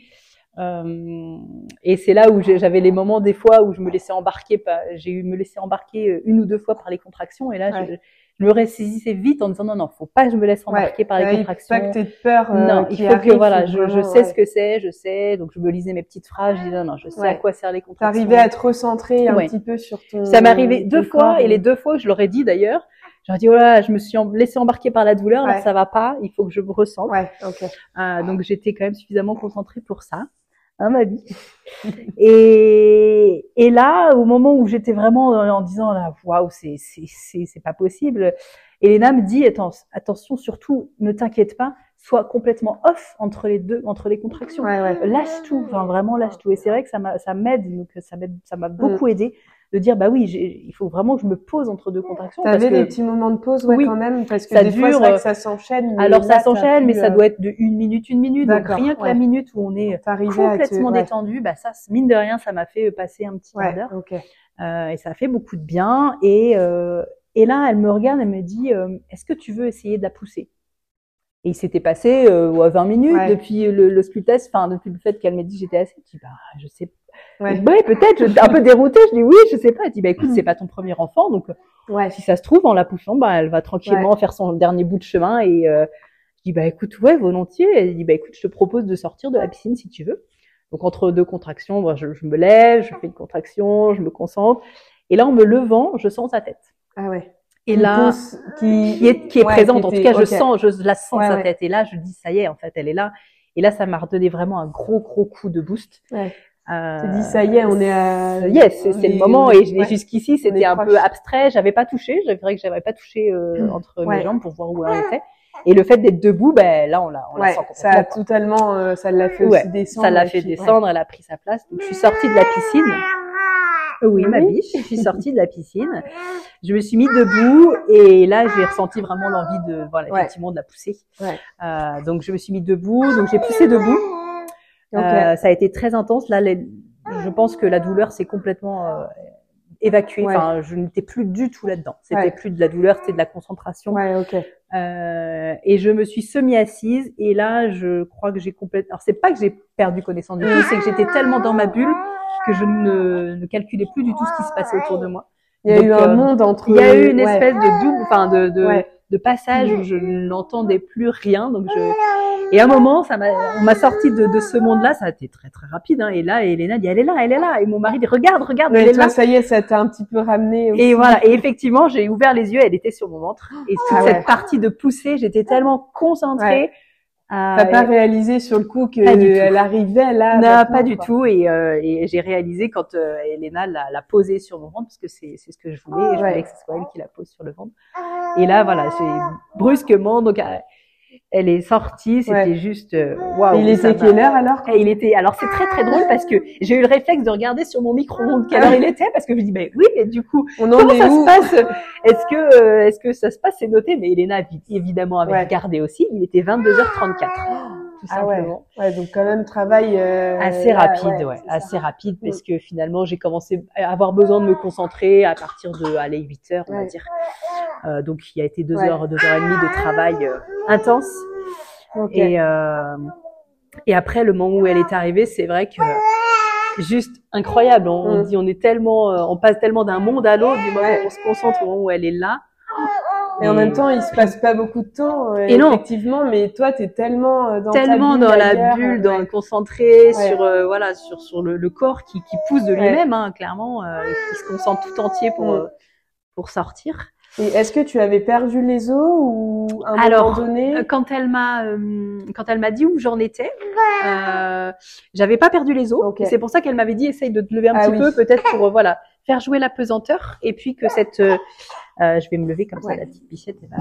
Et c'est là où j'avais les moments des fois où je me laissais embarquer, me laisser embarquer une ou deux fois par les contractions et là je me ressaisissais vite en disant non, faut pas que je me laisse embarquer par les contractions. Il faut pas que t'aies peur. Non, il faut que voilà, je sais ce que c'est, je sais, donc je me lisais mes petites phrases, je disais non, je sais à quoi servent les contractions. T'arrivais à te recentrer un petit peu sur ton. Ça m'est arrivé 2 fois et les 2 fois je leur ai dit d'ailleurs. J'ai dit, voilà, je me suis laissée embarquer par la douleur, là, ça va pas, il faut que je me ressente. Donc, j'étais quand même suffisamment concentrée pour ça, hein, ma vie. Et là, au moment où j'étais vraiment en disant, là, waouh, c'est pas possible, Elena me dit, attention, surtout, ne t'inquiète pas, sois complètement off entre les contractions. Lâche tout, enfin, vraiment lâche tout. Et c'est vrai que ça m'aide, donc ça m'a beaucoup aidé. De dire oui, il faut vraiment que je me pose entre 2 contractions. T'avais des petits moments de pause quand même parce que ça des fois c'est vrai que ça s'enchaîne. Alors ça s'enchaîne, mais ça doit être de 1 minute. Donc rien que la minute où on est complètement détendu, ça mine de rien, ça m'a fait passer un petit quart d'heure. Et ça a fait beaucoup de bien. Et là, elle me regarde, elle me dit, est-ce que tu veux essayer de la pousser? Et il s'était passé 20 minutes depuis le speed test, depuis le fait qu'elle m'ait dit j'étais assez. Je dis je sais pas. Peut-être, un peu déroutée, je dis oui, je sais pas. Elle dit écoute, c'est pas ton premier enfant, donc si ça se trouve en la poussant, elle va tranquillement faire son dernier bout de chemin et je dis écoute, volontiers. Elle dit écoute, je te propose de sortir de la piscine si tu veux. Donc entre 2 contractions, je me lève, je fais une contraction, je me concentre et là en me levant, je sens sa tête. Ah ouais. Et là, qui est présente, en tout cas, je la sens sa tête. Et là, je dis, ça y est, en fait, elle est là. Et là, ça m'a redonné vraiment un gros coup de boost. Tu dis, ça y est, on est à... Yes, c'est le moment. Et jusqu'ici, c'était un peu abstrait. J'avais pas touché. C'est vrai que j'avais pas touché entre mes jambes pour voir où elle était. Et le fait d'être debout, là, on la sent complètement. Ça a totalement, ça l'a fait aussi descendre. Ça l'a fait descendre. Elle a pris sa place. Donc, je suis sortie de la piscine. Oui, ma biche. Je suis sortie de la piscine. Je me suis mis debout et là, j'ai ressenti vraiment l'envie de, effectivement, de la pousser. Donc, je me suis mis debout. Donc, j'ai poussé debout. Ça a été très intense. Là, je pense que la douleur s'est complètement évacuée. Enfin, je n'étais plus du tout là-dedans. C'était plus de la douleur, c'était de la concentration. Et je me suis semi-assise et là, je crois que j'ai complètement... Alors, c'est pas que j'ai perdu connaissance du tout, c'est que j'étais tellement dans ma bulle que je ne calculais plus du tout ce qui se passait autour de moi. Il y a eu un monde entre... Il y a eu une espèce de double, de passage où je n'entendais plus rien. Donc et à un moment, on m'a sorti de ce monde-là. Ça a été très très rapide. Hein. Et là, Elena dit, elle est là. Et mon mari dit, regarde, elle est là. Ça y est, ça t'a un petit peu ramené aussi. Et voilà. Et effectivement, j'ai ouvert les yeux. Elle était sur mon ventre. Et toute cette partie de poussée, j'étais tellement concentrée. T'as pas réalisé sur le coup Pas du tout. qu'elle arrivait là? Non, pas du tout. Et j'ai réalisé quand Elena l'a posée sur mon ventre, parce que c'est ce que je voulais. Et je voulais que ce soit elle qui la pose sur le ventre. Et là, voilà, brusquement, donc elle est sortie. C'était juste waouh. Il était quelle heure alors? Alors c'est très très drôle parce que j'ai eu le réflexe de regarder sur mon micro-ondes quelle heure il était, parce que je dis oui, mais du coup comment ça se passe? Est-ce que ça se passe? C'est noté, mais Elena évidemment avait regardé aussi. Il était 22h34. Tout simplement. Ouais, donc quand même travail assez rapide, assez rapide, parce que finalement j'ai commencé à avoir besoin de me concentrer à partir de 8h, on va dire. Donc il y a été 2 heures et demie de travail intense. Et après, le moment où elle est arrivée, c'est vrai que juste incroyable. On dit, on passe tellement d'un monde à l'autre, du moment où on se concentre au moment où elle est là. Et en même temps, il se passe pas beaucoup de temps, effectivement, mais toi, t'es tellement dans la bulle, concentré sur le corps qui pousse de lui-même, hein, clairement, qui se concentre tout entier pour sortir. Et est-ce que tu avais perdu les os ou à un moment donné? Quand elle m'a dit où j'en étais, j'avais pas perdu les os. C'est pour ça qu'elle m'avait dit essaye de te lever un petit peu, peut-être pour faire jouer la pesanteur, et puis que je vais me lever comme ça, la petite bichette, elle va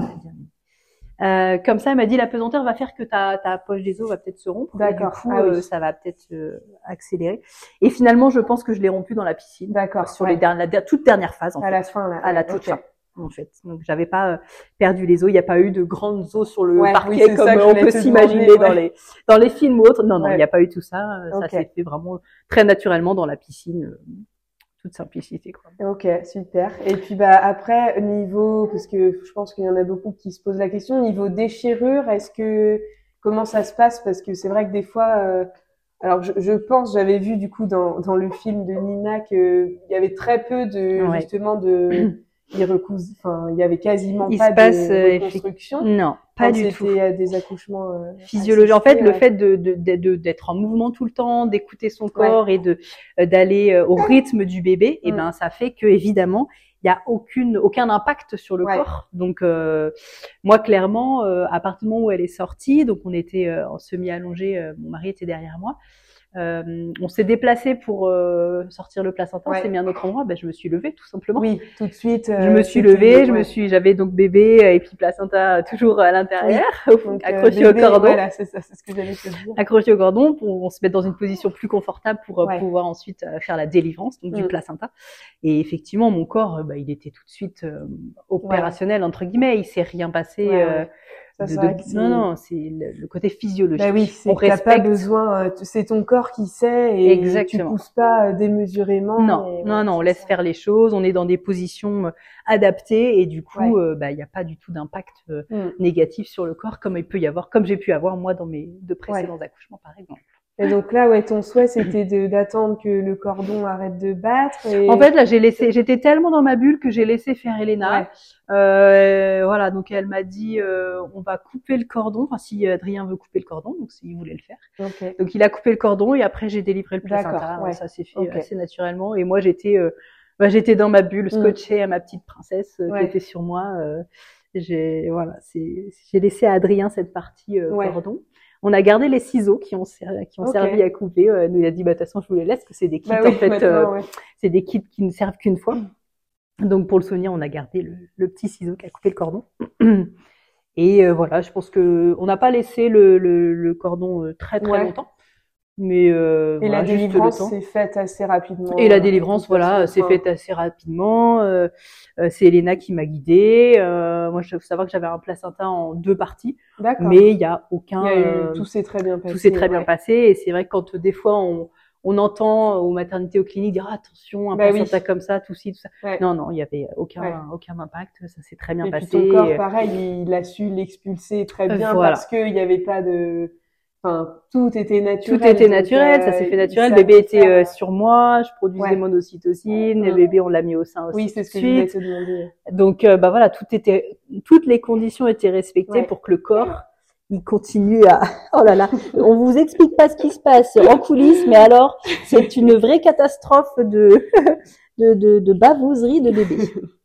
dire. Comme ça, elle m'a dit la pesanteur va faire que ta poche des os va peut-être se rompre. D'accord. Du coup, ça va peut-être accélérer. Et finalement, je pense que je l'ai rompu dans la piscine. D'accord. Sur la toute dernière phase, en fait. À la fin, là. À la toute fin. En fait, donc j'avais pas perdu les os, il n'y a pas eu de grandes os sur le parquet comme on peut s'imaginer dans les films ou autres. Non, il n'y a pas eu tout ça. Ça s'est fait vraiment très naturellement dans la piscine, toute simplicité, quoi. Ok, super. Et puis après niveau, parce que je pense qu'il y en a beaucoup qui se posent la question, niveau déchirure, comment ça se passe? Parce que c'est vrai que des fois, alors je pense, j'avais vu du coup dans le film de Nina qu'il y avait très peu justement de il y avait quasiment pas de reconstruction. Non, pas du tout. C'était des accouchements physiologiques. En fait, le fait d'être en mouvement tout le temps, d'écouter son corps et d'aller au rythme du bébé, et ben ça fait que évidemment il y a aucun impact sur le corps. Donc moi clairement, à partir du moment où elle est sortie, donc on était en semi-allongé, mon mari était derrière moi. On s'est déplacé pour sortir le placenta, on s'est mis à un autre endroit, je me suis levée tout simplement. Oui, tout de suite. Je me suis levée, j'avais donc bébé et puis placenta toujours à l'intérieur, accroché au cordon. Voilà, c'est ça, c'est ce que j'allais te dire. Accroché au cordon pour on se mettre dans une position plus confortable pour pouvoir ensuite faire la délivrance donc du placenta. Et effectivement, mon corps, il était tout de suite opérationnel entre guillemets, il s'est rien passé. Non, c'est le côté physiologique. Oui, c'est que t'as pas besoin, c'est ton corps qui sait et tu pousses pas démesurément. Non, on laisse faire les choses, on est dans des positions adaptées et du coup, il y a pas du tout d'impact négatif sur le corps comme j'ai pu avoir moi dans mes 2 précédents accouchements par exemple. Et donc là, ton souhait, c'était d'attendre que le cordon arrête de battre. En fait, là, j'étais tellement dans ma bulle que j'ai laissé faire Elena. Voilà, donc elle m'a dit, on va couper le cordon. Enfin, si Adrien veut couper le cordon, donc s'il voulait le faire. Donc il a coupé le cordon et après j'ai délivré le placenta. Ça s'est fait assez naturellement. Et moi, j'étais dans ma bulle, scotchée à ma petite princesse qui était sur moi. J'ai laissé à Adrien cette partie cordon. On a gardé les ciseaux qui ont servi à couper. Nous il a dit, de toute façon, je vous les laisse, que c'est des kits, en fait, c'est des kits qui ne servent qu'une fois. Donc, pour le souvenir, on a gardé le petit ciseau qui a coupé le cordon. Et voilà, je pense que on n'a pas laissé le cordon très longtemps. Mais et la délivrance s'est faite assez rapidement. Et la délivrance, s'est faite assez rapidement. C'est Elena qui m'a guidée. Moi, je faut savoir que j'avais un placenta en 2 parties. D'accord. Mais il y a aucun. Tout s'est très bien passé. Tout s'est très bien passé. Et c'est vrai que quand des fois on entend aux maternités, aux cliniques dire attention, un placenta comme ça, tout ci, tout ça. Non, il y avait aucun impact. Ça s'est très bien passé. Puis ton corps, pareil, il a su l'expulser très bien parce qu'il n'y avait pas de. Enfin, tout était naturel. Tout était naturel, ça s'est fait naturel. Le bébé était sur moi, je produisais mon ocytocine, le bébé on l'a mis au sein aussi. Oui, c'est ce que je voulais te demander. Donc voilà, toutes les conditions étaient respectées pour que le corps il continue à. Oh là là, on vous explique pas ce qui se passe en coulisses, mais alors c'est une vraie catastrophe de bavouserie de bébé.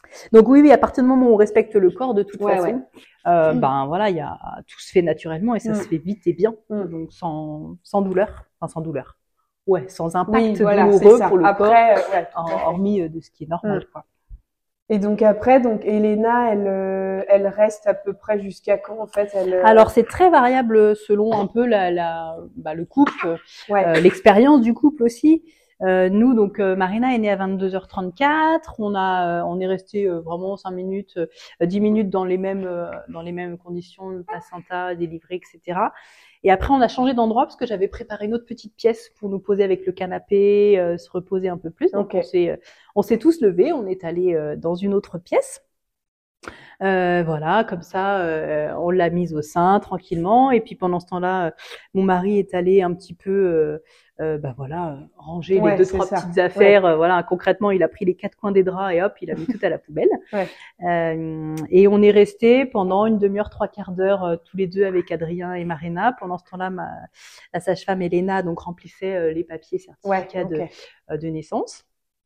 Donc oui, à partir du moment où on respecte le corps, de toute façon, ben voilà, tout se fait naturellement et ça se fait vite et bien, donc sans douleur, enfin sans douleur. Ouais, sans impact douloureux pour le corps, hormis de ce qui est normal, quoi. Et donc après, Elena, elle reste à peu près jusqu'à quand en fait Alors c'est très variable selon un peu le couple, l'expérience du couple aussi. Nous, donc Marina est née à 22h34. On est resté vraiment 5 minutes, 10 minutes dans les mêmes conditions, placenta, délivré, etc. Et après, on a changé d'endroit parce que j'avais préparé une autre petite pièce pour nous poser avec le canapé, se reposer un peu plus. Donc on s'est tous levés, on est allé dans une autre pièce. Voilà, comme ça, on l'a mise au sein tranquillement. Et puis pendant ce temps-là, mon mari est allé un petit peu, ranger les 2-3 petites affaires. Voilà, concrètement, il a pris les 4 coins des draps et hop, il a mis tout à la poubelle. Et on est resté pendant une demi-heure, 3/4 d'heure, tous les deux avec Adrien et Marina. Pendant ce temps-là, la sage-femme Elena donc remplissait les papiers certificats de naissance.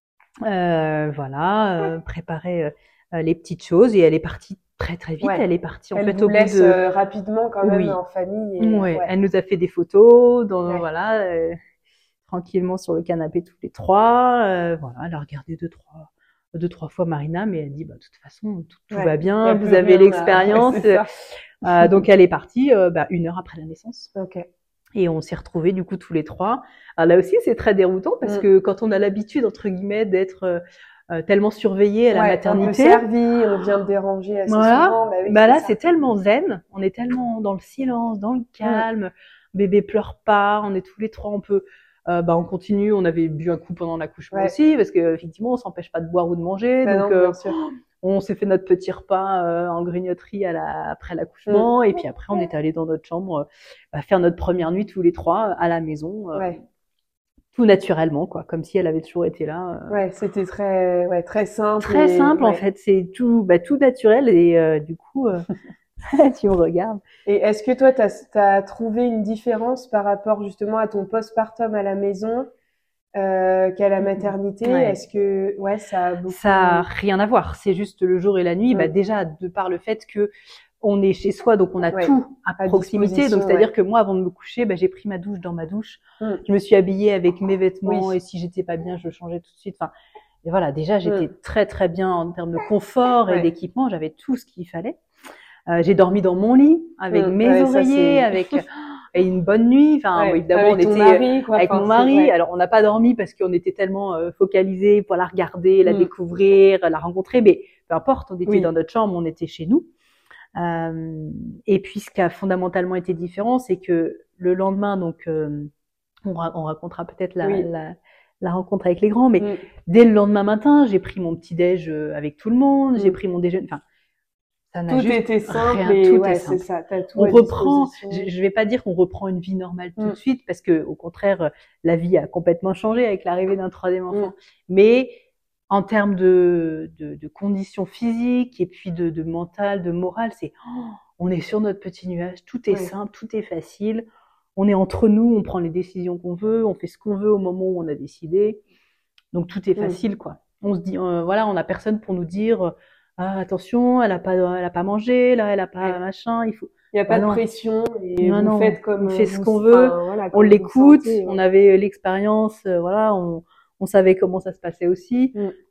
Préparait les petites choses et elle est partie très très vite. Elle est partie en fait au bout de rapidement quand même en famille. Elle nous a fait des photos tranquillement sur le canapé tous les trois. Elle a regardé deux trois fois Marina, mais elle dit de toute façon tout va bien, vous avez l'expérience. Donc elle est partie 1 heure après la naissance. Et on s'est retrouvés du coup tous les trois. Alors là aussi c'est très déroutant parce que quand on a l'habitude entre guillemets d'être tellement surveillé à la maternité, on servi, on vient de déranger assez souvent. Là c'est tellement zen, on est tellement dans le silence, dans le calme. Bébé pleure pas, on est tous les trois, on continue. On avait bu un coup pendant l'accouchement aussi parce que effectivement on s'empêche pas de boire ou de manger. Donc on s'est fait notre petit repas en grignoterie après l'accouchement et puis après on est allé dans notre chambre faire notre première nuit tous les trois à la maison. Tout naturellement, quoi, comme si elle avait toujours été là. C'était très simple. Très simple, en fait. C'est tout naturel et du coup, tu me regardes. Et est-ce que toi, t'as trouvé une différence par rapport justement à ton postpartum à la maison qu'à la maternité? Est-ce que ça a beaucoup... Ça a rien à voir. C'est juste le jour et la nuit. Déjà, de par le fait que on est chez soi, donc on a tout à proximité. Donc c'est-à-dire que moi, avant de me coucher, j'ai pris ma douche dans ma douche. Je me suis habillée avec mes vêtements et si j'étais pas bien, je changeais tout de suite. Enfin, et voilà, déjà j'étais très très bien en termes de confort et d'équipement. J'avais tout ce qu'il fallait. J'ai dormi dans mon lit avec mes oreillers, et une bonne nuit. Enfin, évidemment, on était avec mon mari. Alors, on n'a pas dormi parce qu'on était tellement focalisés pour la regarder, la découvrir, la rencontrer. Mais peu importe, on était dans notre chambre, on était chez nous. Et puis ce qui a fondamentalement été différent, c'est que le lendemain, donc on racontera peut-être la rencontre avec les grands, mais dès le lendemain matin, j'ai pris mon petit déj avec tout le monde, j'ai pris mon déjeuner. Enfin, ça n'a tout était simple c'est ça. T'as tout on reprend. Je vais pas dire qu'on reprend une vie normale tout de suite, parce que au contraire, la vie a complètement changé avec l'arrivée d'un 3e enfant. Mais en termes de conditions physiques et puis de mental, de morale, on est sur notre petit nuage, tout est simple, tout est facile, on est entre nous, on prend les décisions qu'on veut, on fait ce qu'on veut au moment où on a décidé, donc tout est facile, quoi. On se dit, on n'a personne pour nous dire, attention, elle a pas mangé, là, elle a pas machin, il n'y a pas de pression et vous faites comme on fait ce qu'on veut, on l'écoute, on avait l'expérience, on savait comment ça se passait aussi.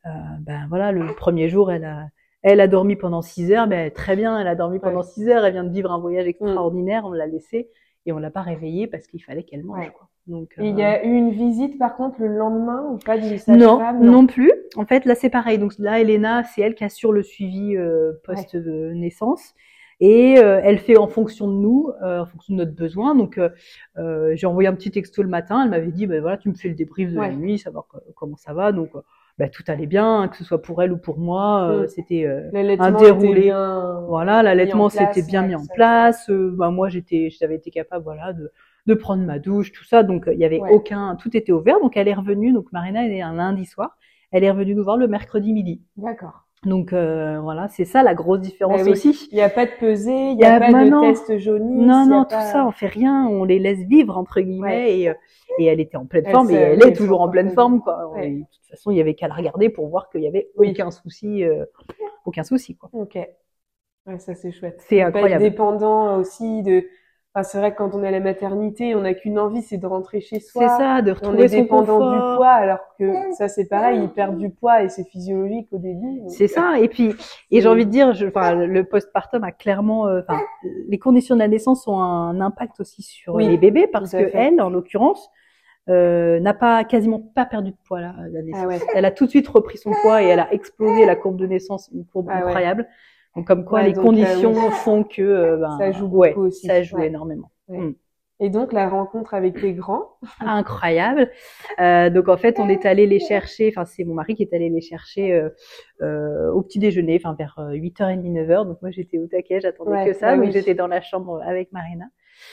Le premier jour, elle a dormi pendant 6 heures, très bien, elle a dormi pendant 6 heures, elle vient de vivre un voyage extraordinaire, on l'a laissée et on l'a pas réveillée parce qu'il fallait qu'elle mange, quoi. Donc, et il y a eu une visite par contre le lendemain ou pas d'une sage-femme? Non plus. En fait, là c'est pareil. Donc là, Elena, c'est elle qui assure le suivi post-naissance. Et elle fait en fonction de nous, en fonction de notre besoin. Donc j'ai envoyé un petit texto le matin, elle m'avait dit tu me fais le débrief de la nuit, savoir comment ça va. Donc tout allait bien, que ce soit pour elle ou pour moi, c'était un déroulé. L'allaitement s'était bien mis en place. Moi j'avais été capable de prendre ma douche, tout ça. Donc il y avait tout était ouvert. Donc elle est revenue, donc Marina elle est un lundi soir, elle est revenue nous voir le mercredi midi. D'accord. Donc voilà, c'est ça la grosse différence aussi. Il n'y a pas de pesée, il n'y a pas de test jaunisse. Non, tout ça, on fait rien, on les laisse vivre entre guillemets et elle était en pleine forme et elle est toujours en pleine forme quoi. Et de toute façon, il y avait qu'à la regarder pour voir qu'il y avait aucun souci quoi. Ok. Ouais, ça c'est chouette. C'est incroyable. Pas être dépendant aussi de. Enfin, c'est vrai que quand on est à la maternité, on n'a qu'une envie, c'est de rentrer chez soi. C'est ça, de retrouver son confort. On est dépendant du poids, alors que ça c'est pareil, ils perdent du poids et c'est physiologique au début. C'est ça. Et puis, j'ai envie de dire, le postpartum a clairement, les conditions de la naissance ont un impact aussi sur les bébés parce que elle, en l'occurrence, n'a quasiment pas perdu de poids là, la naissance. Ah ouais. Elle a tout de suite repris son poids et elle a explosé la courbe de naissance, une courbe incroyable. Ouais. Donc comme quoi les conditions font que ça joue beaucoup aussi. Ça joue énormément. Et donc la rencontre avec les grands, incroyable. Donc en fait on est allé les chercher. Enfin c'est mon mari qui est allé les chercher au petit déjeuner, enfin vers 8h30 9h. Donc moi j'étais au taquet, j'attendais que ça. Donc j'étais dans la chambre avec Marina.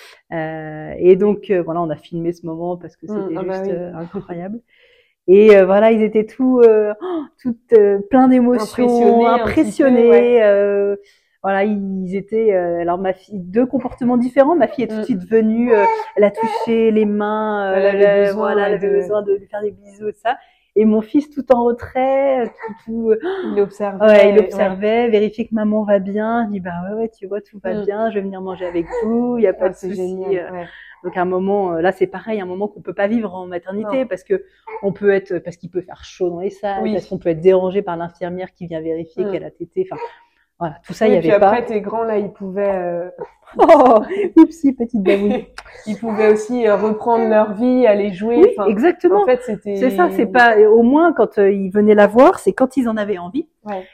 Et donc voilà on a filmé ce moment parce que c'était incroyable. Et voilà, ils étaient toutes plein d'émotions, impressionnés. Voilà, ils étaient. Alors ma fille, deux comportements différents. Ma fille est tout de suite venue, elle a touché les mains, elle avait besoin de lui faire des bisous et ça. Et mon fils tout en retrait, il observait. Ouais, il observait, vérifiait que maman va bien. Il dit ouais, tu vois, tout va bien. Je vais venir manger avec vous. Il y a pas de souci. Donc à un moment, là c'est pareil, un moment qu'on peut pas vivre en maternité parce que parce qu'il peut faire chaud dans les salles, parce qu'on peut être dérangé par l'infirmière qui vient vérifier qu'elle a tété. Enfin voilà, tout ça il y avait pas. Après tes grands là, ils pouvaient. Oupsie, petite babouille. Ils pouvaient aussi reprendre leur vie, aller jouer. Oui, exactement. En fait, c'était. C'est ça, c'est pas. Au moins quand ils venaient la voir, c'est quand ils en avaient envie. Ouais.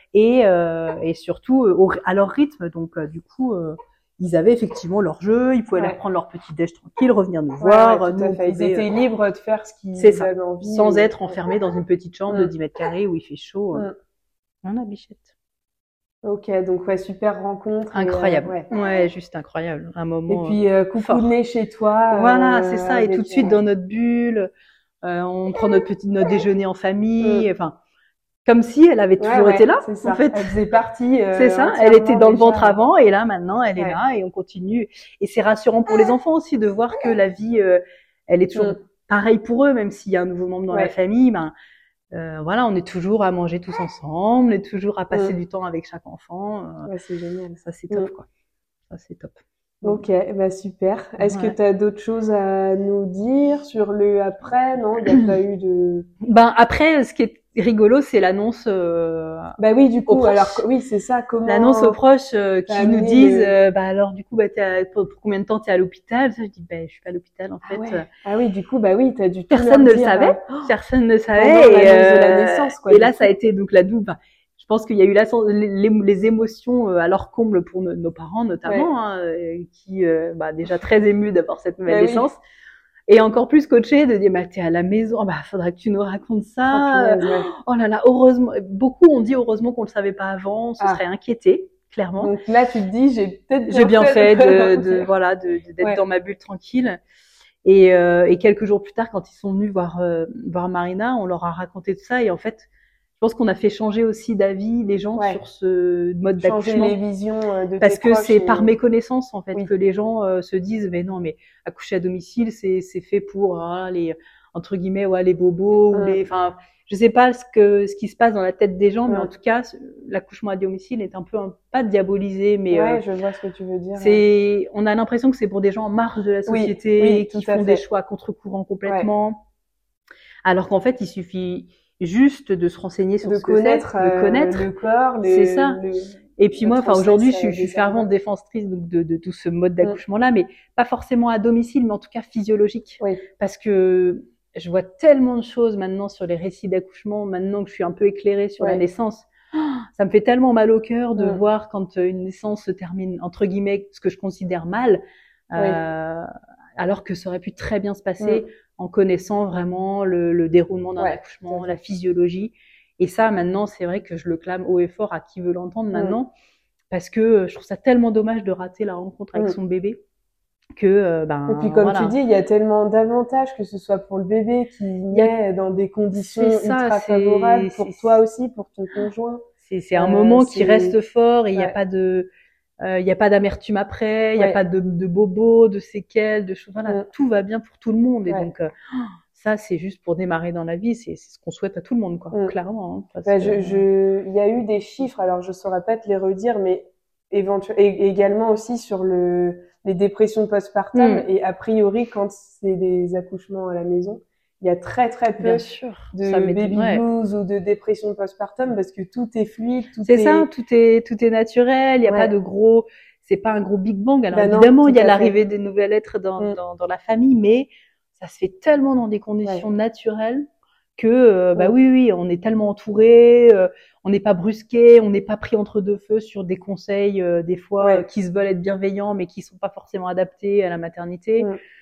Et surtout à leur rythme. Donc du coup. Ils avaient effectivement leur jeu, ils pouvaient aller prendre leur petit déj tranquille, revenir nous voir. Tout à fait. Ils étaient libres de faire ce qu'ils avaient envie. Sans être enfermés dans une petite chambre de 10 mètres carrés où il fait chaud. Voilà, bichette. Ok, donc super rencontre. Incroyable. Ouais, juste incroyable. Un moment. Et puis coucouner chez toi. Voilà, c'est ça. Et tout de suite dans notre bulle, on prend notre déjeuner en famille. Enfin. Comme si elle avait toujours été là, en fait. Elle faisait partie. C'est ça. Elle était dans le ventre avant et là maintenant elle est là et on continue. Et c'est rassurant pour les enfants aussi de voir que la vie, elle est toujours pareille pour eux, même s'il y a un nouveau membre dans la famille. Voilà, on est toujours à manger tous ensemble, on est toujours à passer du temps avec chaque enfant. C'est génial. Ça c'est top quoi. Ça c'est top. Ok, super. Est-ce que tu as d'autres choses à nous dire sur le après? Non, il n'y a pas eu de. Après, ce qui est rigolo, c'est l'annonce. Oui, du coup, alors oui, c'est ça. Comment l'annonce aux proches qui nous disent, alors du coup, pour combien de temps t'es à l'hôpital? Je dis, je suis pas à l'hôpital en fait. Ah oui, du coup, t'as dû. Personne ne le savait. Personne ne savait. Et la naissance, quoi. Et là, ça a été donc la double. Je pense qu'il y a eu les émotions à leur comble pour nos parents notamment, qui déjà très émus d'avoir cette nouvelle naissance. Et encore plus coaché de dire t'es à la maison, faudra que tu nous racontes ça. Oh là là, heureusement, beaucoup ont dit heureusement qu'on le savait pas avant, on se serait inquiété, clairement. Donc là tu te dis j'ai bien fait d'être dans ma bulle tranquille. Et quelques jours plus tard, quand ils sont venus voir Marina, on leur a raconté tout ça et en fait je pense qu'on a fait changer aussi d'avis les gens sur ce mode d'accouchement. Changer les visions de parce que c'est par méconnaissance en fait que les gens se disent mais non mais accoucher à domicile c'est fait pour les entre guillemets les bobos ou je sais pas ce qui se passe dans la tête des gens mais en tout cas l'accouchement à domicile est un peu pas diabolisé mais je vois ce que tu veux dire. On a l'impression que c'est pour des gens en marge de la société qui font des choix contre-courant complètement alors qu'en fait il suffit juste de se renseigner sur de connaître le corps, c'est ça. Et puis moi, aujourd'hui, je suis fervente défenseuse de tout ce mode d'accouchement-là, mais pas forcément à domicile, mais en tout cas physiologique. Parce que je vois tellement de choses maintenant sur les récits d'accouchement, maintenant que je suis un peu éclairée sur la naissance. Ça me fait tellement mal au cœur de voir quand une naissance se termine, entre guillemets, ce que je considère mal, alors que ça aurait pu très bien se passer en connaissant vraiment le déroulement d'un accouchement, la physiologie. Et ça, maintenant, c'est vrai que je le clame haut et fort à qui veut l'entendre maintenant, parce que je trouve ça tellement dommage de rater la rencontre avec son bébé. Que, et puis comme tu dis, il y a tellement d'avantages, que ce soit pour le bébé qui naît dans des conditions ultra favorables, pour toi aussi, pour ton conjoint. C'est un moment qui reste fort et il n'y a pas de, il y a pas d'amertume après, il n'y a pas de bobos, de séquelles, de choses. Voilà, tout va bien pour tout le monde. Et donc, ça, c'est juste pour démarrer dans la vie. C'est ce qu'on souhaite à tout le monde, quoi. Clairement. Hein, il y a eu des chiffres, alors je saurais pas te les redire, mais également aussi sur les dépressions postpartum. Et a priori, quand c'est des accouchements à la maison, il y a très très peu de baby blues ou de dépression postpartum parce que tout est fluide, tout est naturel. Il y a pas de gros, c'est pas un gros big bang. Alors évidemment, il y a l'arrivée des nouvelles êtres dans la famille, mais ça se fait tellement dans des conditions naturelles que oui, on est tellement entouré, on n'est pas brusqué, on n'est pas pris entre deux feux sur des conseils des fois qui se veulent être bienveillants mais qui sont pas forcément adaptés à la maternité.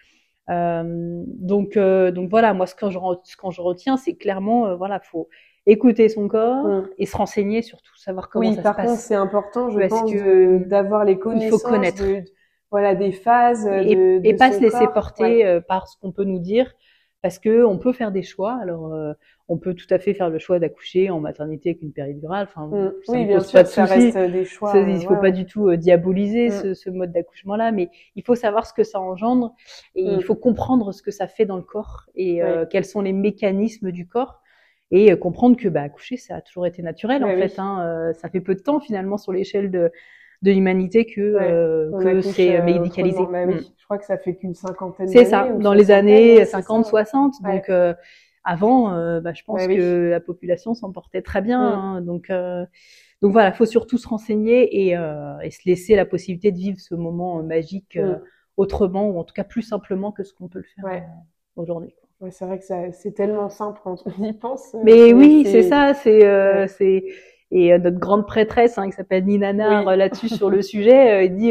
Donc voilà, moi ce que je retiens, c'est clairement faut écouter son corps et se renseigner, surtout savoir comment ça se passe. Oui, par contre, c'est important, je pense, d'avoir les connaissances, il faut connaître. Des phases et pas se laisser porter par ce qu'on peut nous dire, parce que on peut faire des choix. Alors on peut tout à fait faire le choix d'accoucher en maternité avec une péridurale. Enfin, oui, bien sûr, ça reste des choix. Il faut pas du tout diaboliser ce mode d'accouchement-là, mais il faut savoir ce que ça engendre et il faut comprendre ce que ça fait dans le corps et quels sont les mécanismes du corps et comprendre que accoucher, ça a toujours été naturel en fait. Hein, ça fait peu de temps finalement sur l'échelle de l'humanité que c'est médicalisé. Je crois que ça fait qu'une cinquantaine d'années. C'est ça, dans les années 50, 60. Donc avant, je pense que la population s'en portait très bien. Hein, donc voilà, faut surtout se renseigner et se laisser la possibilité de vivre ce moment magique autrement ou en tout cas plus simplement que ce qu'on peut le faire aujourd'hui. Ouais, c'est vrai que c'est tellement simple quand on y pense. Mais oui, c'est ça, et notre grande prêtresse qui s'appelle Nina Nahr là-dessus sur le sujet, dit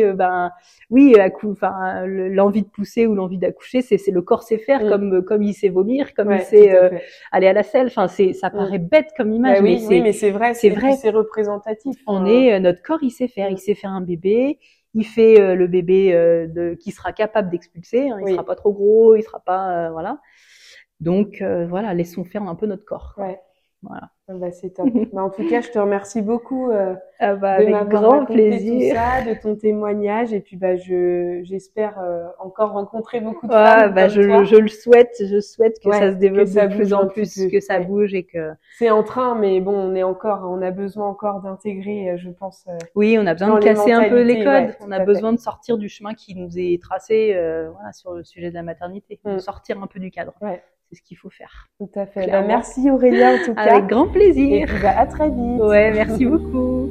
l'envie de pousser ou l'envie d'accoucher, c'est le corps sait faire comme il sait vomir, comme il sait aller à la selle. Enfin ça paraît bête comme image, mais c'est vrai, c'est représentatif. Notre corps il sait faire, il sait faire un bébé. Il fait le bébé qui sera capable d'expulser, il sera pas trop gros, il sera pas Donc laissons faire un peu notre corps. Voilà. C'est top. En tout cas, je te remercie beaucoup de avec m'avoir grand raconté plaisir. tout ça, de ton témoignage, et puis j'espère encore rencontrer beaucoup de femmes comme toi. Je le souhaite, que ça se développe de plus en plus, que ça bouge et que c'est en train, mais bon, on a besoin encore d'intégrer, je pense. Oui, on a besoin de casser un peu les codes. On a besoin de sortir du chemin qui nous est tracé, sur le sujet de la maternité, sortir un peu du cadre. C'est ce qu'il faut faire. Tout à fait. Merci Aurélia en tout cas. Avec grand plaisir. Et puis à très vite. Ouais, merci beaucoup.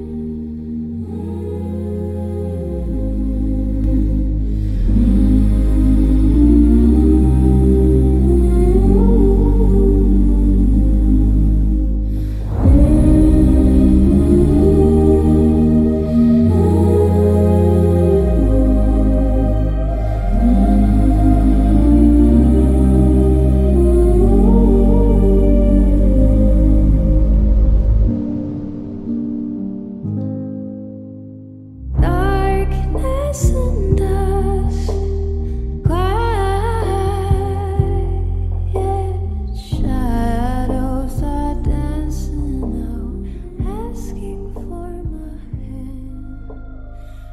Darkness and